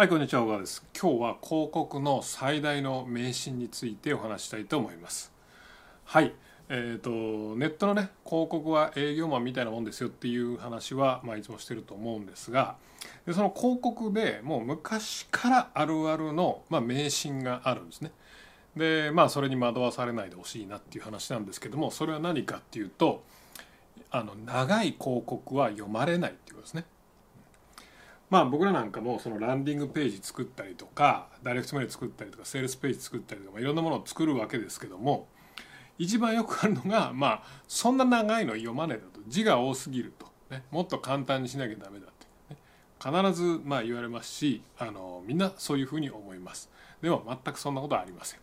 はい、こんにちは、小川です。今日は広告の最大の迷信についてお話したいと思います。はい、ネットのね、広告は営業マンみたいなもんですよっていう話は、いつもしてると思うんですが、その広告でもう昔からあるあるの、迷信があるんですね。で、それに惑わされないでほしいなっていう話なんですけども、それは何かっていうと、長い広告は読まれないっていうことですね。僕らなんかもそのランディングページ作ったりとかダイレクトメール作ったりとかセールスページ作ったりとかいろんなものを作るわけですけども、一番よくあるのがそんな長いの読まないだと字が多すぎると、ね、もっと簡単にしなきゃダメだって、ね、必ず言われますし、みんなそういうふうに思います。でも全くそんなことはありません。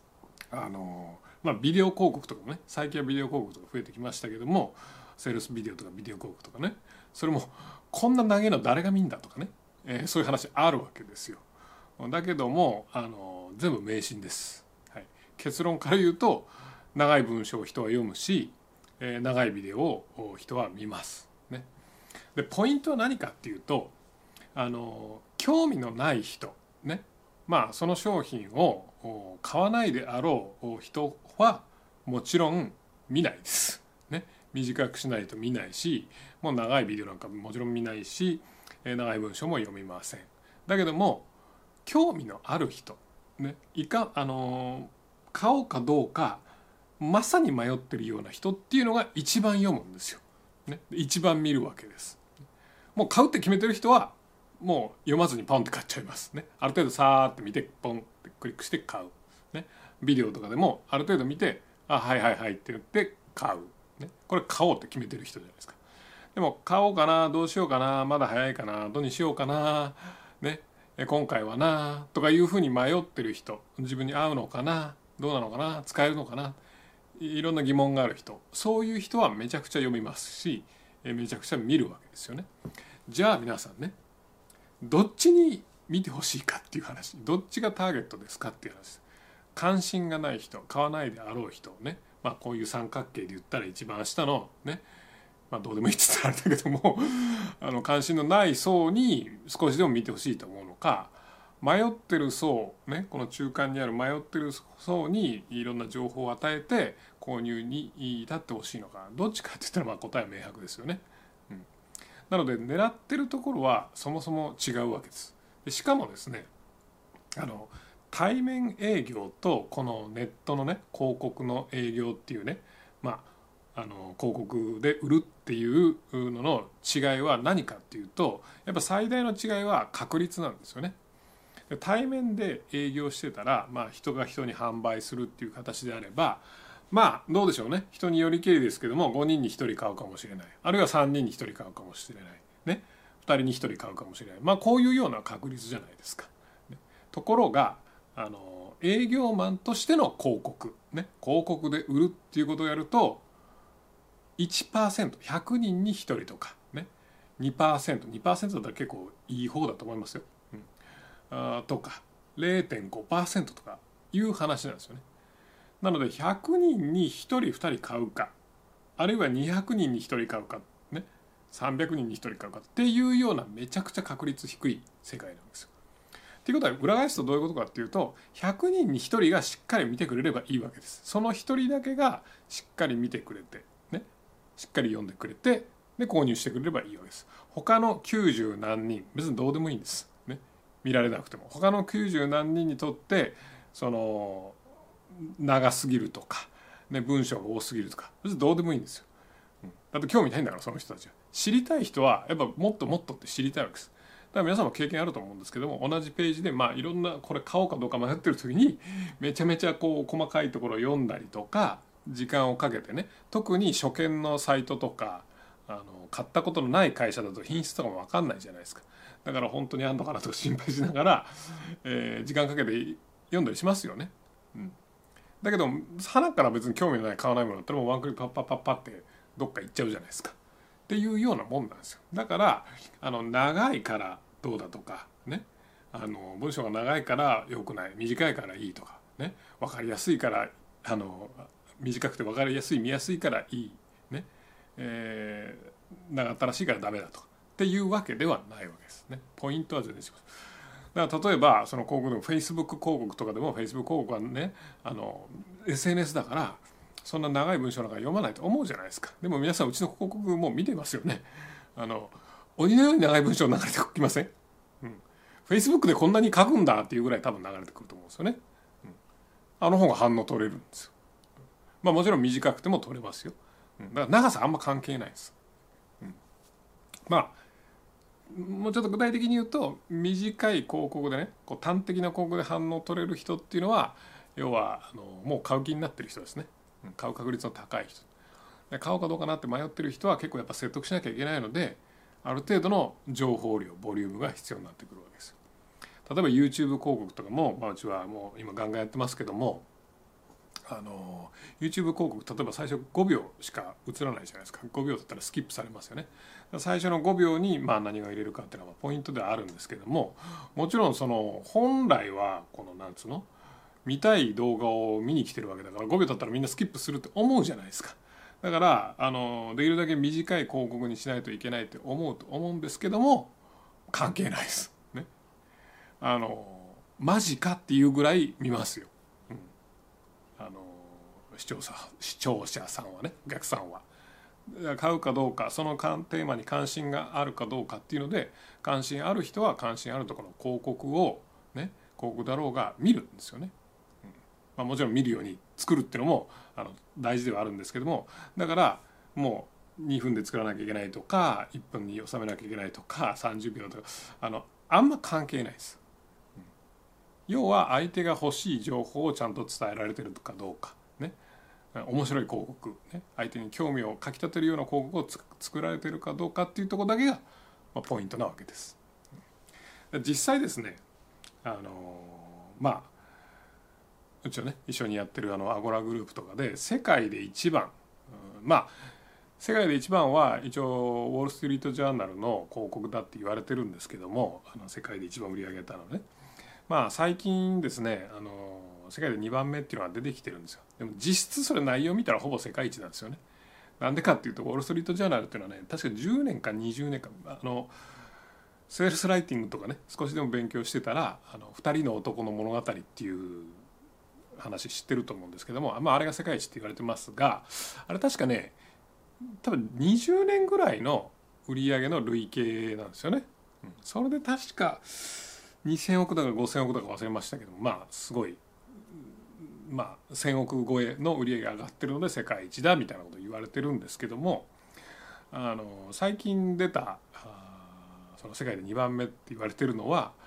ビデオ広告とかもね、最近はビデオ広告とか増えてきましたけども、セールスビデオとかビデオ広告とかね、それもこんな長いの誰が見んだとかね、そういう話あるわけですよ。だけども全部迷信です、はい、結論から言うと、長い文章を人は読むし、長いビデオを人は見ます、ね、でポイントは何かっていうと、興味のない人ね、その商品を買わないであろう人はもちろん見ないです、ね、短くしないと見ないし、もう長いビデオなんかもちろん見ないし、長い文章も読みません。だけども興味のある人、ね、買おうかどうかまさに迷ってるような人っていうのが一番読むんですよ、ね、一番見るわけです。もう買うって決めてる人はもう読まずにポンって買っちゃいますね。ある程度さーって見てポンってクリックして買う、ね、ビデオとかでもある程度見てはいはいはいって言って買う、ね、これ買おうって決めてる人じゃないですか。でも買おうかな、どうしようかな、まだ早いかな、どうにしようかな、ね、今回はなとかいうふうに迷ってる人、自分に合うのかな、どうなのかな、使えるのかな、いろんな疑問がある人、そういう人はめちゃくちゃ読みますし、めちゃくちゃ見るわけですよね。じゃあ皆さんね、どっちに見てほしいかっていう話、どっちがターゲットですかっていう話です。関心がない人、買わないであろう人ね、こういう三角形で言ったら一番下のね、どうでもいいって言ったらあれだけども関心のない層に少しでも見てほしいと思うのか、迷ってる層、ね、この中間にある迷ってる層にいろんな情報を与えて購入に至ってほしいのか、どっちかって言ったら答えは明白ですよね。なので狙ってるところはそもそも違うわけです。でしかもですね、対面営業とこのネットのね広告の営業っていうね、広告で売るっていうのの違いは何かっていうと、やっぱ最大の違いは確率なんですよね。対面で営業してたら、人が人に販売するっていう形であれば、どうでしょうね、人によりけりですけども5人に1人買うかもしれない、あるいは3人に1人買うかもしれない、ね、2人に1人買うかもしれない、こういうような確率じゃないですか。ところが営業マンとしての広告、ね、広告で売るっていうことをやると 1%、100人に1人とか、ね、2%、2%だったら結構いい方だと思いますよ、とか 0.5% とかいう話なんですよね。なので100人に1人2人買うか、あるいは200人に1人買うか、ね、300人に1人買うかっていうようなめちゃくちゃ確率低い世界なんですよ。っていうことは裏返すとどういうことかっていうと、100人に1人がしっかり見てくれればいいわけです。その1人だけがしっかり見てくれて、ね、しっかり読んでくれて、で購入してくれればいいわけです。他の90何人、別にどうでもいいんです、ね、見られなくても。他の90何人にとってその長すぎるとか、ね、文章が多すぎるとか別にどうでもいいんですよ。だって興味ないんだから、その人たちは。知りたい人はやっぱもっともっとって知りたいわけです。だから皆さんも経験あると思うんですけども、同じページでいろんなこれ買おうかどうか迷ってる時にめちゃめちゃ細かいところを読んだりとか時間をかけてね、特に初見のサイトとか買ったことのない会社だと品質とかも分かんないじゃないですか。だから本当にあんのかなと心配しながら、時間かけて読んだりしますよね。だけど鼻から別に興味のない買わないものだったらもうワンクリックパッパッパッパってどっか行っちゃうじゃないですかっていうようなもんなんですよ。だから長いからどうだとかね、文章が長いから良くない、短いからいいとかね、分かりやすいから短くて分かりやすい見やすいからいいね、長ったらしいからダメだとかっていうわけではないわけですね。ポイントは全然違います。 だから例えばその広告でも Facebook 広告とかでも Facebook 広告はねSNS だからそんな長い文章なんか読まないと思うじゃないですか。でも皆さんうちの広告も見てますよね。鬼のように長い文章流れてきません？Facebook でこんなに書くんだっていうぐらい多分流れてくると思うんですよね。あの方が反応取れるんですよ。まあもちろん短くても取れますよ。だから長さあんま関係ないです。まあもうちょっと具体的に言うと短い広告でねこう端的な広告で反応取れる人っていうのは要はもう買う気になってる人ですね。買う確率の高い人で買おうかどうかなって迷ってる人は結構やっぱ説得しなきゃいけないのである程度の情報量ボリュームが必要になってくるわけですよ。例えば YouTube 広告とかも、うちはもう今ガンガンやってますけどもYouTube 広告例えば最初5秒しか映らないじゃないですか。5秒だったらスキップされますよね。最初の5秒に何が入れるかっていうのはポイントではあるんですけどももちろんその本来はこのなんつうの見たい動画を見に来てるわけだから5秒だったらみんなスキップするって思うじゃないですか。だからできるだけ短い広告にしないといけないって思うと思うんですけども関係ないですね。マジかっていうぐらい見ますよ。視聴者さんはねお客さんは買うかどうかそのテーマに関心があるかどうかっていうので関心ある人は関心あるところの広告をね広告だろうが見るんですよね。もちろん見るように作るっていうのも大事ではあるんですけどもだからもう2分で作らなきゃいけないとか1分に収めなきゃいけないとか30秒とかあんま関係ないです。要は相手が欲しい情報をちゃんと伝えられてるかどうかね面白い広告、ね、相手に興味をかき立てるような広告を作られてるかどうかっていうところだけが、ポイントなわけです。実際ですねうちはね一緒にやってるアゴラグループとかで世界で一番世界で一番は一応ウォール・ストリート・ジャーナルの広告だって言われてるんですけども世界で一番売り上げたのね最近ですね世界で2番目っていうのが出てきてるんですよ。でも実質それ内容見たらほぼ世界一なんですよね。なんでかっていうとウォール・ストリート・ジャーナルっていうのはね確か10年か20年かセールスライティングとかね少しでも勉強してたら2人の男の物語っていう話知ってると思うんですけどもあれが世界一って言われてますがあれ確かね多分20年ぐらいの売り上げの累計なんですよね。それで確か2000億だか5000億だか忘れましたけどすごい1000億超えの売り上げが上がってるので世界一だみたいなこと言われてるんですけども最近出たその世界で2番目って言われてるのは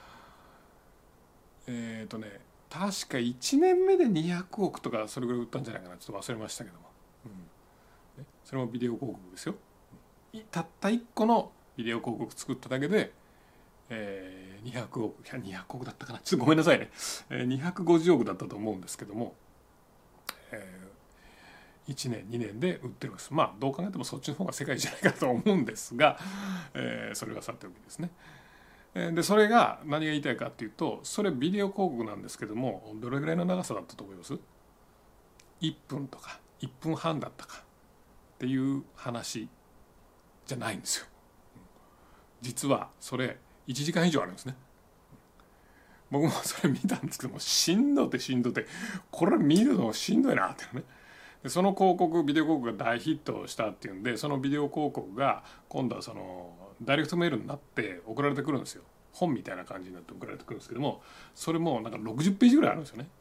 確か1年目で200億とかそれぐらい売ったんじゃないかなちょっと忘れましたけども、それもビデオ広告ですよ。たった1個のビデオ広告作っただけで、200億200億だったかなちょっとごめんなさいね、250億だったと思うんですけども、1年2年で売ってるんです。どう考えてもそっちの方が世界じゃないかと思うんですが、それはさておきですね。でそれが何が言いたいかっていうとそれビデオ広告なんですけどもどれぐらいの長さだったと思います？ 1 分とか1分半だったかっていう話じゃないんですよ。実はそれ1時間以上あるんですね。僕もそれ見たんですけどもしんどってこれ見るのしんどいなってね。でその広告ビデオ広告が大ヒットしたっていうんでそのビデオ広告が今度はそのダイレクトメールになって送られてくるんですよ。本みたいな感じになって送られてくるんですけどもそれもなんか60ページぐらいあるんですよね。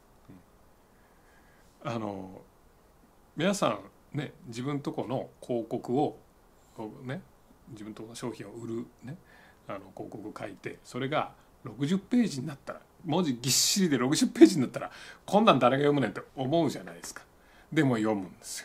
皆さんね自分とこの広告をね自分とこの商品を売るね広告を書いてそれが60ページになったら文字ぎっしりで60ページになったらこんなん誰が読むねんって思うじゃないですか。でも読むんですよ。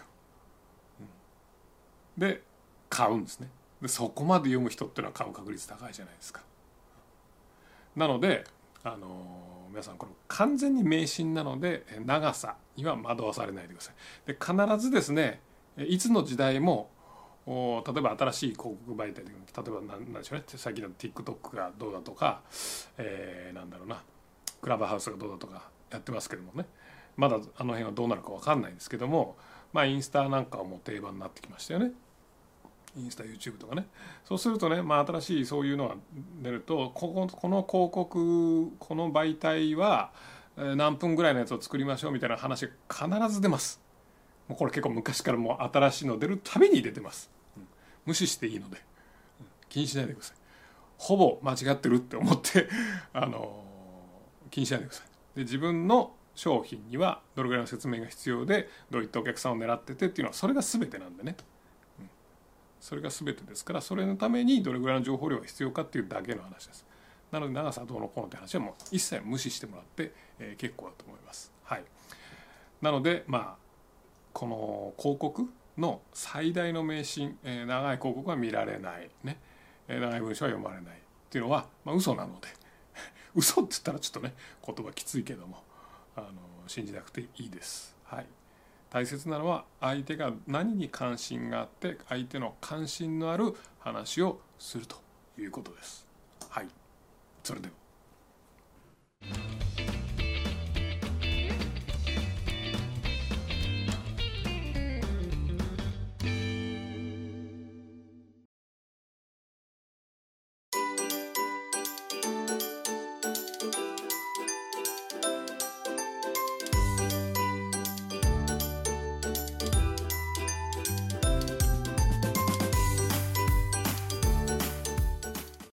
で買うんですね。でそこまで読む人っていうのは買う確率高いじゃないですか。なので皆さんこれ完全に迷信なので長さには惑わされないでください。で必ずですねいつの時代も例えば新しい広告媒体で例えば何でしょうね最近の TikTok がどうだとか、なんだろうなクラブハウスがどうだとかやってますけどもねまだあの辺はどうなるか分かんないんですけどもインスタなんかはもう定番になってきましたよね。 インスタ YouTube とかね。そうするとね、新しいそういうのが出ると、この広告、この媒体は何分ぐらいのやつを作りましょうみたいな話が必ず出ます。もうこれ結構昔からもう新しいの出るたびに出てます。無視していいので、気にしないでください。ほぼ間違ってるって思って気にしないでください。で、自分の商品にはどれぐらいの説明が必要で、どういったお客さんを狙っててっていうのは、それが全てなんでね。それが全てですから、それのためにどれぐらいの情報量が必要かっていうだけの話です。なので長さどうのこうのって話はもう一切無視してもらって、結構だと思います。はい。なのでこの広告の最大の迷信、長い広告は見られないね、長い文章は読まれないっていうのは、嘘なので嘘って言ったらちょっとね言葉きついけども信じなくていいです。はい。大切なのは相手が何に関心があって相手の関心のある話をするということです。はい。それでは。